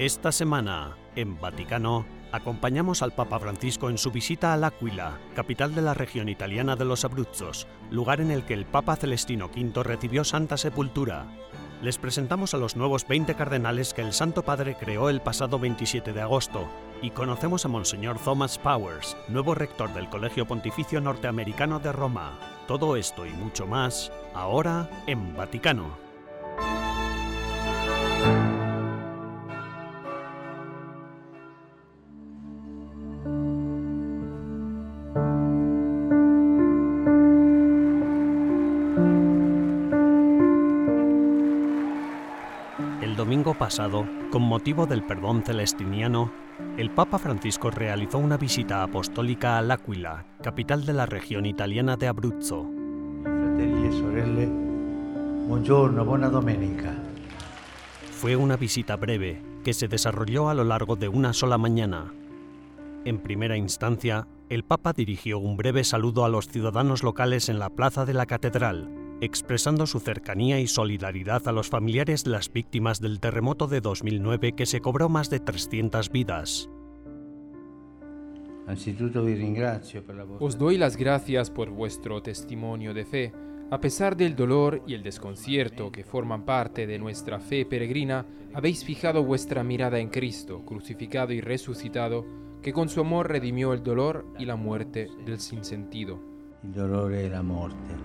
Esta semana, en Vaticano, acompañamos al Papa Francisco en su visita a L'Aquila, capital de la región italiana de los Abruzzos, lugar en el que el Papa Celestino V recibió Santa Sepultura. Les presentamos a los nuevos 20 cardenales que el Santo Padre creó el pasado 27 de agosto y conocemos a Monseñor Thomas Powers, nuevo rector del Colegio Pontificio Norteamericano de Roma. Todo esto y mucho más, ahora en Vaticano. El domingo pasado, con motivo del perdón celestiniano, el Papa Francisco realizó una visita apostólica a L'Aquila, capital de la región italiana de Abruzzo. Fratelli e sorelle, buongiorno, buona domenica. Fue una visita breve que se desarrolló a lo largo de una sola mañana. En primera instancia, el Papa dirigió un breve saludo a los ciudadanos locales en la plaza de la Catedral, expresando su cercanía y solidaridad a los familiares de las víctimas del terremoto de 2009 que se cobró más de 300 vidas. Os doy las gracias por vuestro testimonio de fe. A pesar del dolor y el desconcierto que forman parte de nuestra fe peregrina, habéis fijado vuestra mirada en Cristo, crucificado y resucitado, que con su amor redimió el dolor y la muerte del sinsentido. El dolor y la muerte.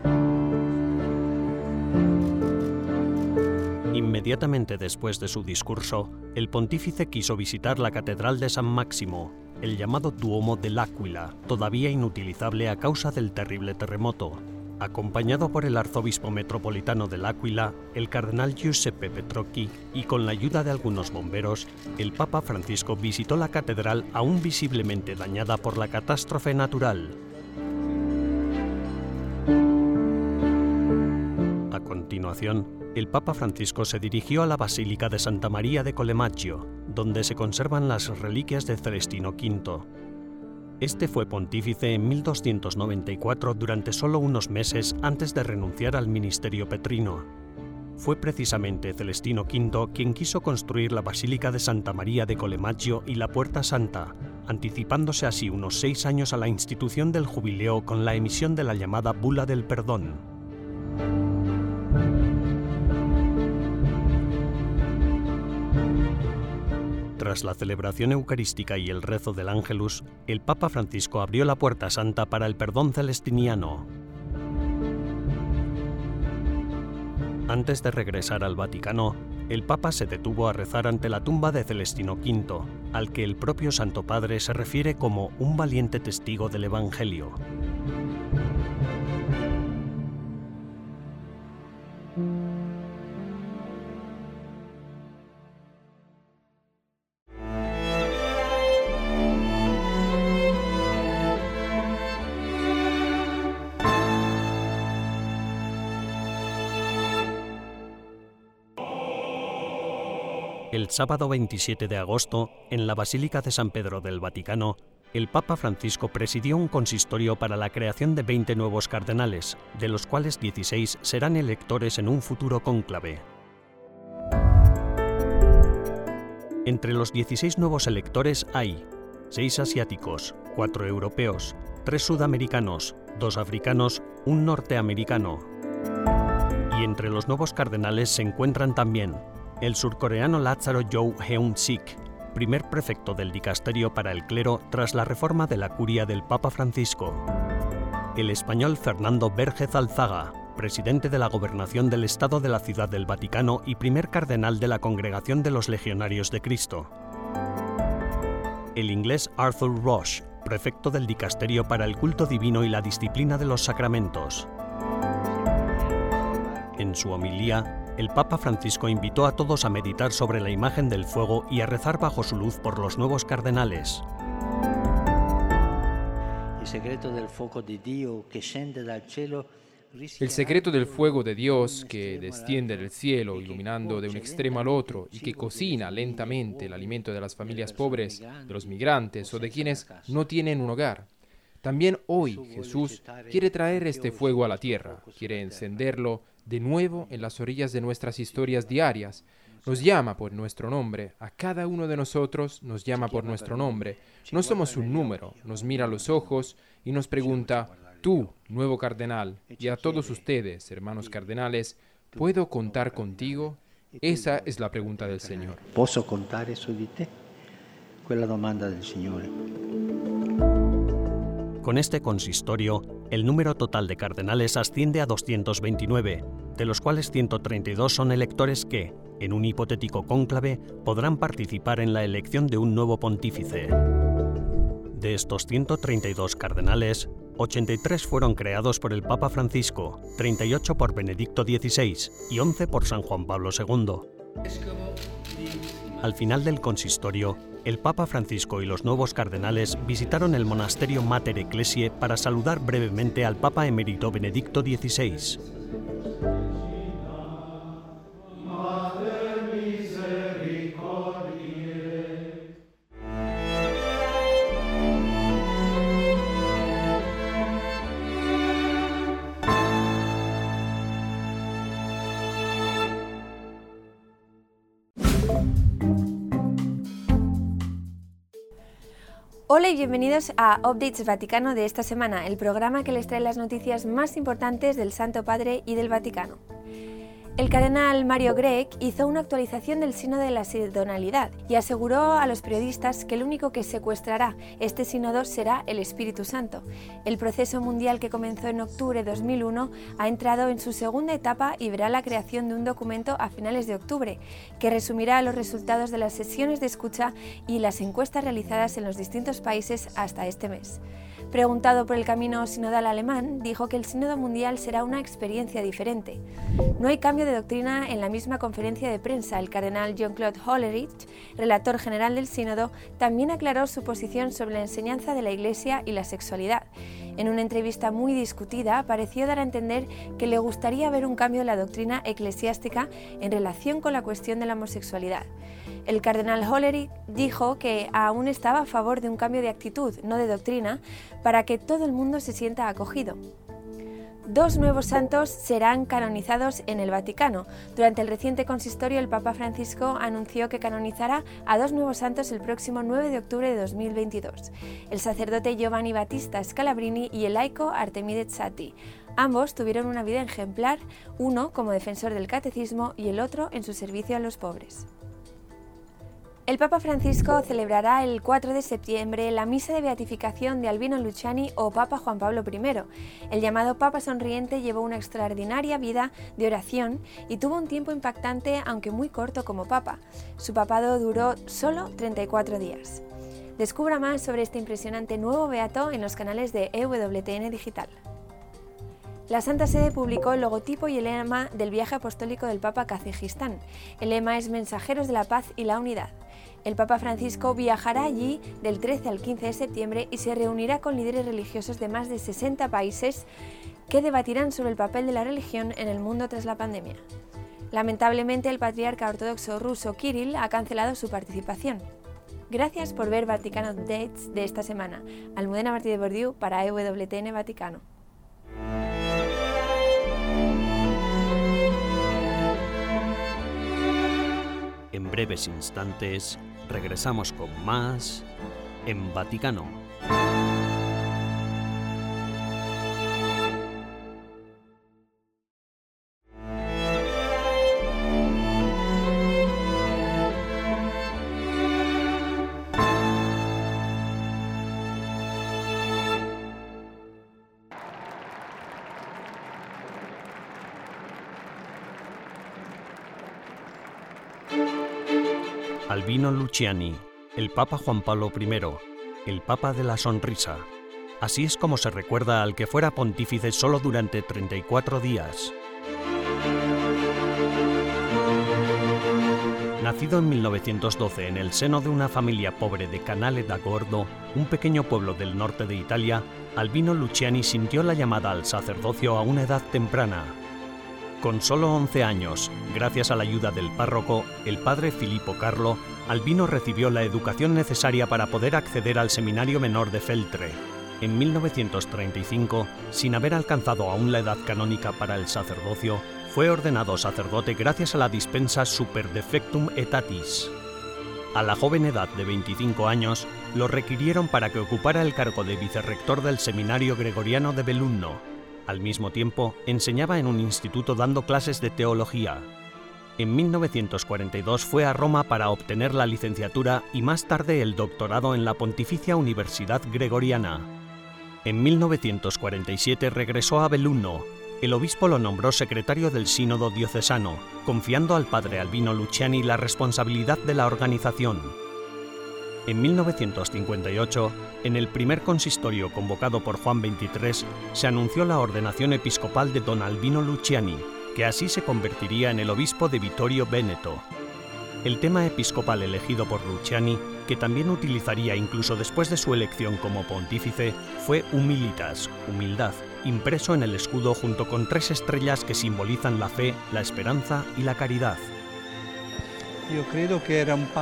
Inmediatamente después de su discurso, el pontífice quiso visitar la Catedral de San Máximo, el llamado Duomo de L'Aquila, todavía inutilizable a causa del terrible terremoto. Acompañado por el arzobispo metropolitano de L'Aquila, el cardenal Giuseppe Petrocchi, y con la ayuda de algunos bomberos, el Papa Francisco visitó la catedral aún visiblemente dañada por la catástrofe natural. A continuación, el Papa Francisco se dirigió a la Basílica de Santa María de Collemaggiò, donde se conservan las reliquias de Celestino V. Este fue pontífice en 1294 durante solo unos meses antes de renunciar al ministerio petrino. Fue precisamente Celestino V quien quiso construir la Basílica de Santa María de Collemaggiò y la Puerta Santa, anticipándose así unos 6 años a la institución del jubileo con la emisión de la llamada Bula del Perdón. Tras la celebración eucarística y el rezo del Ángelus, el Papa Francisco abrió la Puerta Santa para el perdón celestiniano. Antes de regresar al Vaticano, el Papa se detuvo a rezar ante la tumba de Celestino V, al que el propio Santo Padre se refiere como un valiente testigo del Evangelio. El sábado 27 de agosto, en la Basílica de San Pedro del Vaticano, el Papa Francisco presidió un consistorio para la creación de 20 nuevos cardenales, de los cuales 16 serán electores en un futuro cónclave. Entre los 16 nuevos electores hay 6 asiáticos, 4 europeos, 3 sudamericanos, 2 africanos, 1 norteamericano. Y entre los nuevos cardenales se encuentran también el surcoreano Lázaro Jou Heun-sik, primer prefecto del dicasterio para el clero tras la reforma de la curia del Papa Francisco; el español Fernando Vérgez Alzaga, presidente de la Gobernación del Estado de la Ciudad del Vaticano y primer cardenal de la Congregación de los Legionarios de Cristo; el inglés Arthur Roche, prefecto del dicasterio para el culto divino y la disciplina de los sacramentos. En su homilía, el Papa Francisco invitó a todos a meditar sobre la imagen del fuego y a rezar bajo su luz por los nuevos cardenales. El secreto del fuego de Dios que scende dal cielo. El secreto del fuego de Dios que desciende del cielo, iluminando de un extremo al otro y que cocina lentamente el alimento de las familias pobres, de los migrantes o de quienes no tienen un hogar. También hoy Jesús quiere traer este fuego a la tierra, quiere encenderlo de nuevo en las orillas de nuestras historias diarias, nos llama por nuestro nombre. A cada uno de nosotros nos llama por nuestro nombre. No somos un número. Nos mira a los ojos y nos pregunta: tú, nuevo cardenal, y a todos ustedes, hermanos cardenales, ¿puedo contar contigo? Esa es la pregunta del Señor. ¿Posso contare su di te? Quella domanda del Signore. Con este consistorio, el número total de cardenales asciende a 229, de los cuales 132 son electores que, en un hipotético cónclave, podrán participar en la elección de un nuevo pontífice. De estos 132 cardenales, 83 fueron creados por el Papa Francisco, 38 por Benedicto XVI y 11 por San Juan Pablo II. Al final del consistorio, el Papa Francisco y los nuevos cardenales visitaron el monasterio Mater Ecclesiae para saludar brevemente al Papa emérito Benedicto XVI. Hola y bienvenidos a Updates Vaticano de esta semana, el programa que les trae las noticias más importantes del Santo Padre y del Vaticano. El cardenal Mario Grech hizo una actualización del sínodo de la sinodalidad y aseguró a los periodistas que el único que secuestrará este sínodo será el Espíritu Santo. El proceso mundial que comenzó en octubre de 2001 ha entrado en su segunda etapa y verá la creación de un documento a finales de octubre, que resumirá los resultados de las sesiones de escucha y las encuestas realizadas en los distintos países hasta este mes. Preguntado por el camino sinodal alemán, dijo que el sínodo mundial será una experiencia diferente. No hay cambio de doctrina. En la misma conferencia de prensa, el cardenal Jean-Claude Hollerich, relator general del sínodo, también aclaró su posición sobre la enseñanza de la Iglesia y la sexualidad. En una entrevista muy discutida, pareció dar a entender que le gustaría ver un cambio de la doctrina eclesiástica en relación con la cuestión de la homosexualidad. El cardenal Hollerich dijo que aún estaba a favor de un cambio de actitud, no de doctrina, para que todo el mundo se sienta acogido. 2 nuevos santos serán canonizados en el Vaticano. Durante el reciente consistorio, el Papa Francisco anunció que canonizará a 2 nuevos santos el próximo 9 de octubre de 2022, el sacerdote Giovanni Battista Scalabrini y el laico Artemide Zatti. Ambos tuvieron una vida ejemplar, uno como defensor del catecismo y el otro en su servicio a los pobres. El Papa Francisco celebrará el 4 de septiembre la misa de beatificación de Albino Luciani o Papa Juan Pablo I. El llamado Papa Sonriente llevó una extraordinaria vida de oración y tuvo un tiempo impactante, aunque muy corto como Papa. Su papado duró solo 34 días. Descubra más sobre este impresionante nuevo beato en los canales de EWTN Digital. La Santa Sede publicó el logotipo y el lema del viaje apostólico del Papa a Kazajistán. El lema es Mensajeros de la Paz y la Unidad. El Papa Francisco viajará allí del 13 al 15 de septiembre y se reunirá con líderes religiosos de más de 60 países que debatirán sobre el papel de la religión en el mundo tras la pandemia. Lamentablemente, el patriarca ortodoxo ruso Kirill ha cancelado su participación. Gracias por ver Vaticano Updates de esta semana. Almudena Martí de Bordiú para EWTN Vaticano. En breves instantes regresamos con más en Vaticano. Albino Luciani, el Papa Juan Pablo I, el Papa de la Sonrisa. Así es como se recuerda al que fuera pontífice solo durante 34 días. Nacido en 1912 en el seno de una familia pobre de Canale d'Agordo, un pequeño pueblo del norte de Italia, Albino Luciani sintió la llamada al sacerdocio a una edad temprana. Con solo 11 años, gracias a la ayuda del párroco, el padre Filippo Carlo, Albino recibió la educación necesaria para poder acceder al seminario menor de Feltre. En 1935, sin haber alcanzado aún la edad canónica para el sacerdocio, fue ordenado sacerdote gracias a la dispensa Super Defectum Aetatis. A la joven edad de 25 años, lo requirieron para que ocupara el cargo de vicerrector del Seminario Gregoriano de Belunno. Al mismo tiempo, enseñaba en un instituto dando clases de teología. En 1942 fue a Roma para obtener la licenciatura y más tarde el doctorado en la Pontificia Universidad Gregoriana. En 1947 regresó a Belunno. El obispo lo nombró secretario del sínodo diocesano, confiando al padre Albino Luciani la responsabilidad de la organización. En 1958, en el primer consistorio convocado por Juan XXIII, se anunció la ordenación episcopal de don Albino Luciani, que así se convertiría en el obispo de Vittorio Veneto. El tema episcopal elegido por Luciani, que también utilizaría incluso después de su elección como pontífice, fue Humilitas, humildad, impreso en el escudo junto con 3 estrellas que simbolizan la fe, la esperanza y la caridad. Yo creo que era un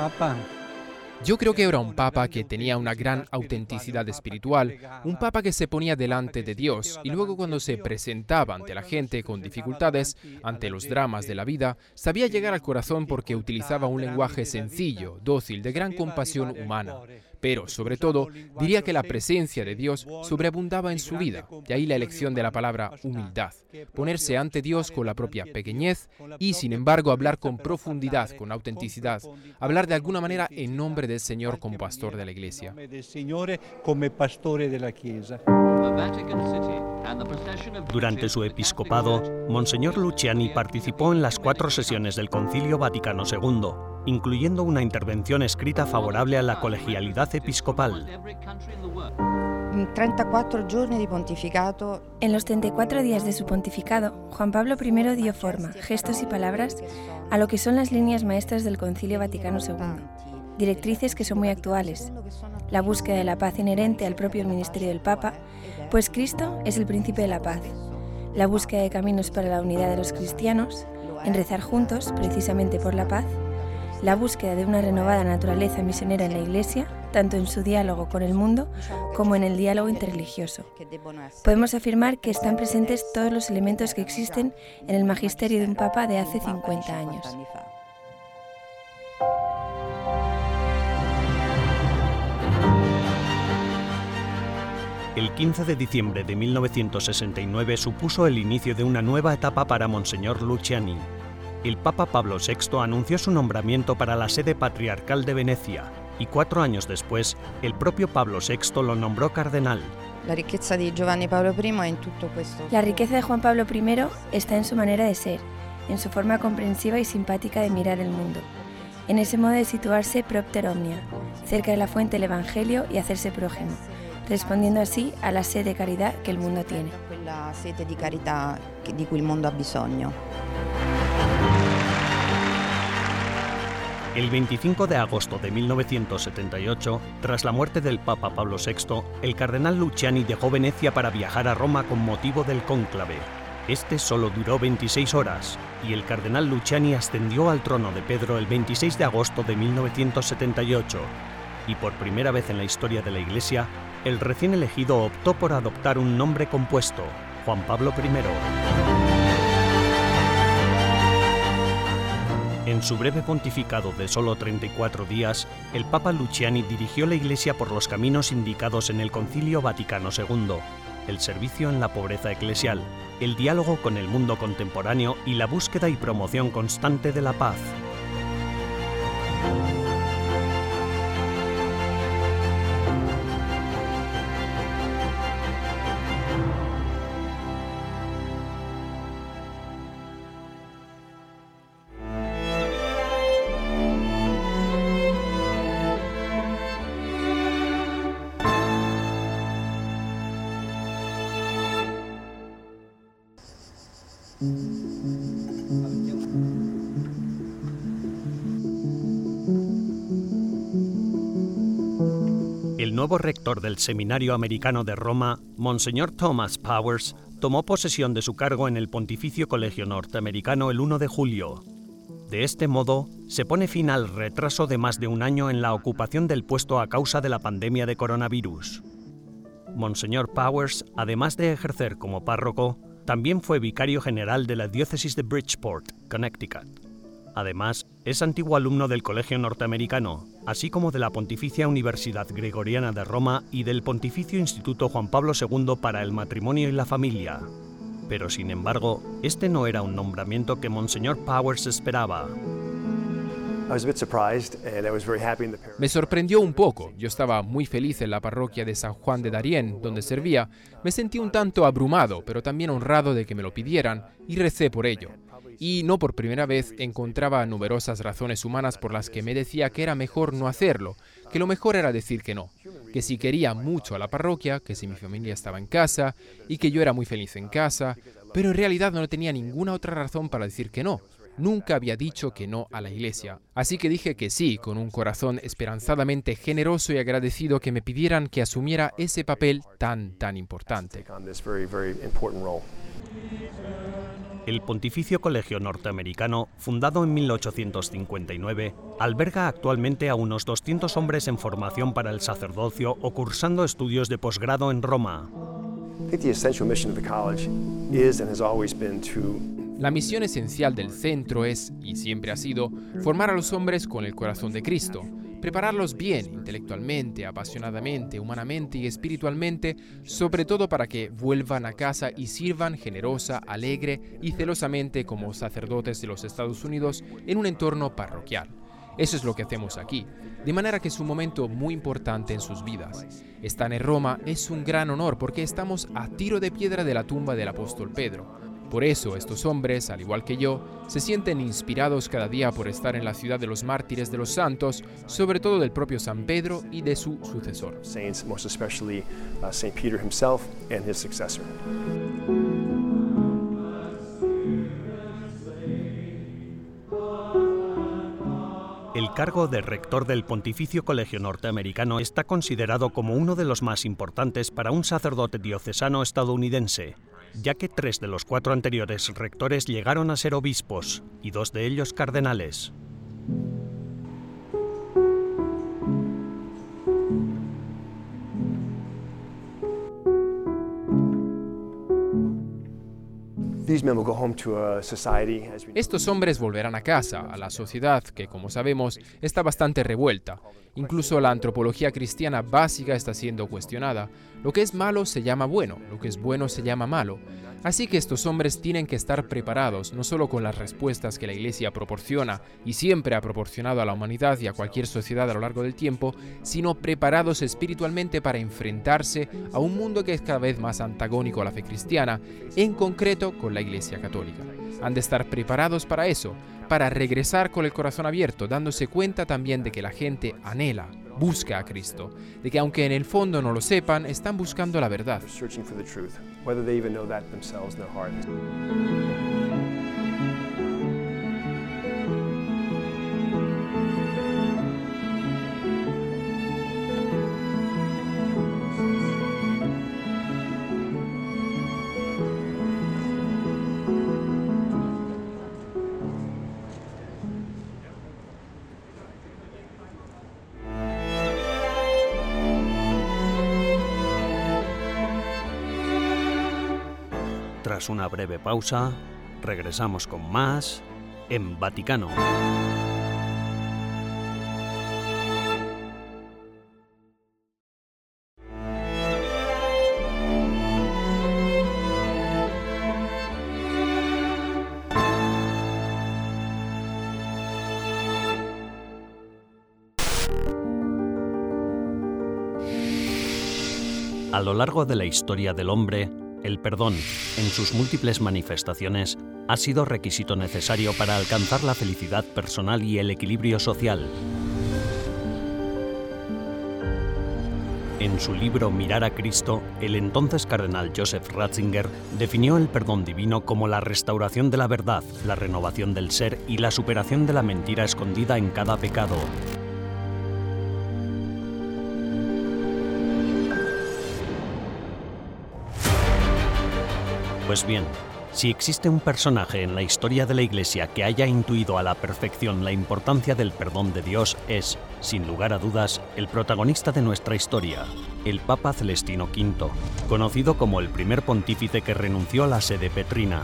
papa que tenía una gran autenticidad espiritual, un papa que se ponía delante de Dios y luego cuando se presentaba ante la gente con dificultades, ante los dramas de la vida, sabía llegar al corazón porque utilizaba un lenguaje sencillo, dócil, de gran compasión humana. Pero, sobre todo, diría que la presencia de Dios sobreabundaba en su vida, de ahí la elección de la palabra humildad, ponerse ante Dios con la propia pequeñez y, sin embargo, hablar con profundidad, con autenticidad, hablar de alguna manera en nombre del Señor como pastor de la Iglesia. Durante su episcopado, Monseñor Luciani participó en las 4 sesiones del Concilio Vaticano II, incluyendo una intervención escrita favorable a la colegialidad episcopal. En los 34 días de su pontificado, Juan Pablo I dio forma, gestos y palabras a lo que son las líneas maestras del Concilio Vaticano II, directrices que son muy actuales, la búsqueda de la paz inherente al propio ministerio del Papa, pues Cristo es el príncipe de la paz, la búsqueda de caminos para la unidad de los cristianos, en rezar juntos, precisamente por la paz, la búsqueda de una renovada naturaleza misionera en la Iglesia, tanto en su diálogo con el mundo como en el diálogo interreligioso. Podemos afirmar que están presentes todos los elementos que existen en el magisterio de un Papa de hace 50 años. El 15 de diciembre de 1969 supuso el inicio de una nueva etapa para Monseñor Luciani. El Papa Pablo VI anunció su nombramiento para la sede patriarcal de Venecia y 4 años después, el propio Pablo VI lo nombró cardenal. La riqueza de Juan Pablo I está en su manera de ser, en su forma comprensiva y simpática de mirar el mundo, en ese modo de situarse propter omnia, cerca de la fuente del Evangelio y hacerse prójimo, respondiendo así a la sed de caridad que el mundo tiene. El 25 de agosto de 1978, tras la muerte del Papa Pablo VI, el cardenal Luciani dejó Venecia para viajar a Roma con motivo del cónclave. Este solo duró 26 horas, y el cardenal Luciani ascendió al trono de Pedro el 26 de agosto de 1978, y por primera vez en la historia de la Iglesia, el recién elegido optó por adoptar un nombre compuesto, Juan Pablo I. En su breve pontificado de solo 34 días, el Papa Luciani dirigió la Iglesia por los caminos indicados en el Concilio Vaticano II, el servicio en la pobreza eclesial, el diálogo con el mundo contemporáneo y la búsqueda y promoción constante de la paz. El nuevo rector del Seminario Americano de Roma, Monseñor Thomas Powers, tomó posesión de su cargo en el Pontificio Colegio Norteamericano el 1 de julio. De este modo, se pone fin al retraso de más de un año en la ocupación del puesto a causa de la pandemia de coronavirus. Monseñor Powers, además de ejercer como párroco, También fue vicario general de la diócesis de Bridgeport, Connecticut. Además, es antiguo alumno del Colegio Norteamericano, así como de la Pontificia Universidad Gregoriana de Roma y del Pontificio Instituto Juan Pablo II para el Matrimonio y la Familia. Pero sin embargo, este no era un nombramiento que Monseñor Powers esperaba. Me sorprendió un poco. Yo estaba muy feliz en la parroquia de San Juan de Darien, donde servía. Me sentí un tanto abrumado, pero también honrado de que me lo pidieran, y recé por ello. Y no por primera vez encontraba numerosas razones humanas por las que me decía que era mejor no hacerlo, que lo mejor era decir que no, que si quería mucho a la parroquia, que si mi familia estaba en casa y que yo era muy feliz en casa, pero en realidad no tenía ninguna otra razón para decir que no. Nunca había dicho que no a la iglesia. Así que dije que sí, con un corazón esperanzadamente generoso y agradecido que me pidieran que asumiera ese papel tan importante. El Pontificio Colegio Norteamericano, fundado en 1859, alberga actualmente a unos 200 hombres en formación para el sacerdocio o cursando estudios de posgrado en Roma. La misión esencial del centro es, y siempre ha sido, formar a los hombres con el corazón de Cristo, prepararlos bien, intelectualmente, apasionadamente, humanamente y espiritualmente, sobre todo para que vuelvan a casa y sirvan generosa, alegre y celosamente como sacerdotes de los Estados Unidos en un entorno parroquial. Eso es lo que hacemos aquí, de manera que es un momento muy importante en sus vidas. Estar en Roma es un gran honor porque estamos a tiro de piedra de la tumba del apóstol Pedro. Por eso estos hombres, al igual que yo, se sienten inspirados cada día por estar en la ciudad de los mártires de los santos, sobre todo del propio San Pedro y de su sucesor. El cargo de rector del Pontificio Colegio Norteamericano está considerado como uno de los más importantes para un sacerdote diocesano estadounidense, ya que 3 de los 4 anteriores rectores llegaron a ser obispos y 2 de ellos cardenales. Estos hombres volverán a casa, a la sociedad que, como sabemos, está bastante revuelta. Incluso la antropología cristiana básica está siendo cuestionada. Lo que es malo se llama bueno, lo que es bueno se llama malo. Así que estos hombres tienen que estar preparados, no solo con las respuestas que la Iglesia proporciona y siempre ha proporcionado a la humanidad y a cualquier sociedad a lo largo del tiempo, sino preparados espiritualmente para enfrentarse a un mundo que es cada vez más antagónico a la fe cristiana, en concreto con la Iglesia católica. Han de estar preparados para eso, para regresar con el corazón abierto, dándose cuenta también de que la gente anhela, busca a Cristo, de que aunque en el fondo no lo sepan, están buscando la verdad. Tras una breve pausa, regresamos con más en Vaticano. A lo largo de la historia del hombre, el perdón, en sus múltiples manifestaciones, ha sido requisito necesario para alcanzar la felicidad personal y el equilibrio social. En su libro Mirar a Cristo, el entonces cardenal Joseph Ratzinger definió el perdón divino como la restauración de la verdad, la renovación del ser y la superación de la mentira escondida en cada pecado. Pues bien, si existe un personaje en la historia de la Iglesia que haya intuido a la perfección la importancia del perdón de Dios, es, sin lugar a dudas, el protagonista de nuestra historia, el Papa Celestino V, conocido como el primer pontífice que renunció a la sede petrina.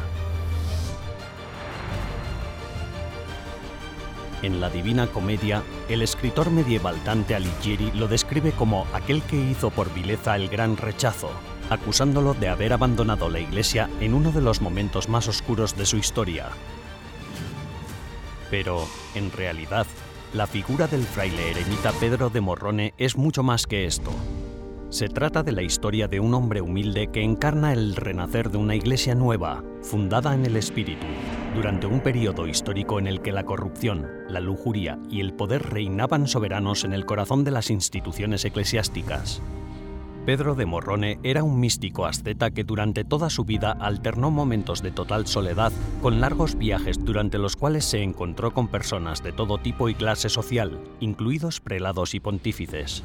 En la Divina Comedia, el escritor medieval Dante Alighieri lo describe como aquel que hizo por vileza el gran rechazo, acusándolo de haber abandonado la Iglesia en uno de los momentos más oscuros de su historia. Pero, en realidad, la figura del fraile eremita Pedro de Morrone es mucho más que esto. Se trata de la historia de un hombre humilde que encarna el renacer de una iglesia nueva, fundada en el espíritu, durante un periodo histórico en el que la corrupción, la lujuria y el poder reinaban soberanos en el corazón de las instituciones eclesiásticas. Pedro de Morrone era un místico asceta que durante toda su vida alternó momentos de total soledad con largos viajes durante los cuales se encontró con personas de todo tipo y clase social, incluidos prelados y pontífices.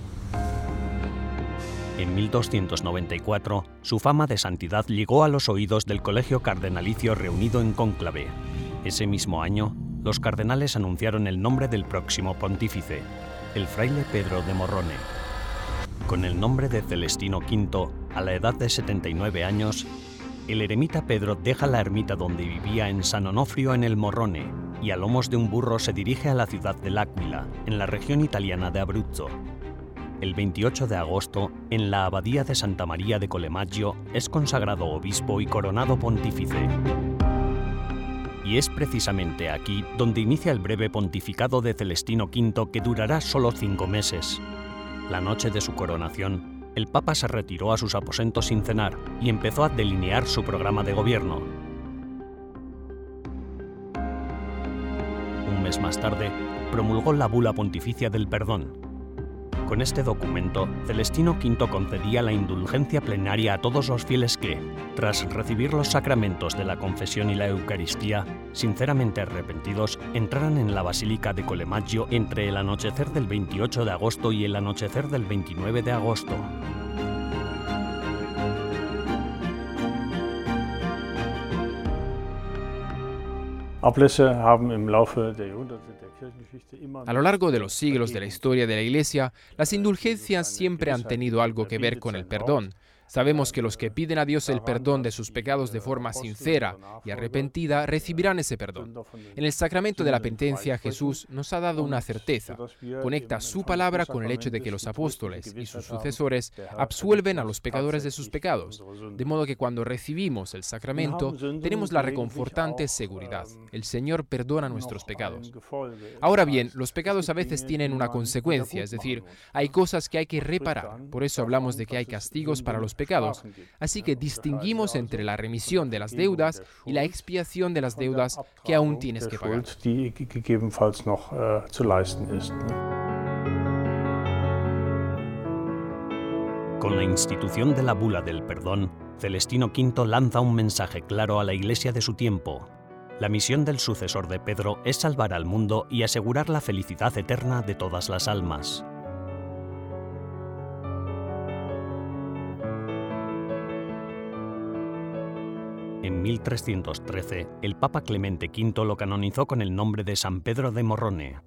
En 1294, su fama de santidad llegó a los oídos del colegio cardenalicio reunido en cónclave. Ese mismo año, los cardenales anunciaron el nombre del próximo pontífice, el fraile Pedro de Morrone. Con el nombre de Celestino V, a la edad de 79 años, el eremita Pedro deja la ermita donde vivía en San Onofrio en el Morrone y a lomos de un burro se dirige a la ciudad de L'Aquila, en la región italiana de Abruzzo. El 28 de agosto, en la abadía de Santa María de Colemaggio, es consagrado obispo y coronado pontífice. Y es precisamente aquí donde inicia el breve pontificado de Celestino V que durará solo 5 meses. La noche de su coronación, el Papa se retiró a sus aposentos sin cenar y empezó a delinear su programa de gobierno. Un mes más tarde, promulgó la bula pontificia del perdón. Con este documento, Celestino V concedía la indulgencia plenaria a todos los fieles que, tras recibir los sacramentos de la confesión y la Eucaristía, sinceramente arrepentidos, entraran en la Basílica de Colemaggio entre el anochecer del 28 de agosto y el anochecer del 29 de agosto. A lo largo de los siglos de la historia de la Iglesia, las indulgencias siempre han tenido algo que ver con el perdón. Sabemos que los que piden a Dios el perdón de sus pecados de forma sincera y arrepentida recibirán ese perdón. En el sacramento de la penitencia, Jesús nos ha dado una certeza. Conecta su palabra con el hecho de que los apóstoles y sus sucesores absuelven a los pecadores de sus pecados. De modo que cuando recibimos el sacramento, tenemos la reconfortante seguridad. El Señor perdona nuestros pecados. Ahora bien, los pecados a veces tienen una consecuencia, es decir, hay cosas que hay que reparar. Por eso hablamos de que hay castigos para los pecados. Así que distinguimos entre la remisión de las deudas y la expiación de las deudas que aún tienes que pagar. Con la institución de la bula del perdón, Celestino V lanza un mensaje claro a la Iglesia de su tiempo. La misión del sucesor de Pedro es salvar al mundo y asegurar la felicidad eterna de todas las almas. En 1313, el Papa Clemente V lo canonizó con el nombre de San Pedro de Morrone.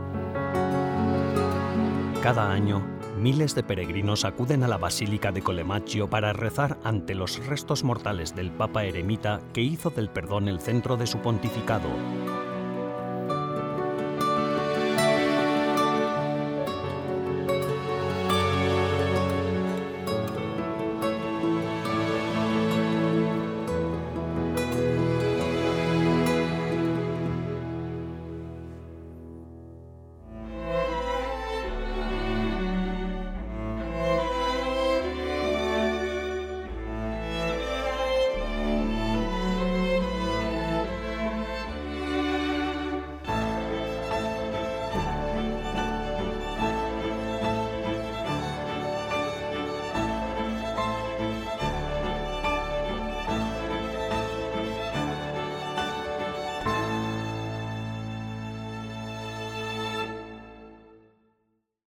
Cada año, miles de peregrinos acuden a la Basílica de Colemaggio para rezar ante los restos mortales del Papa eremita que hizo del perdón el centro de su pontificado.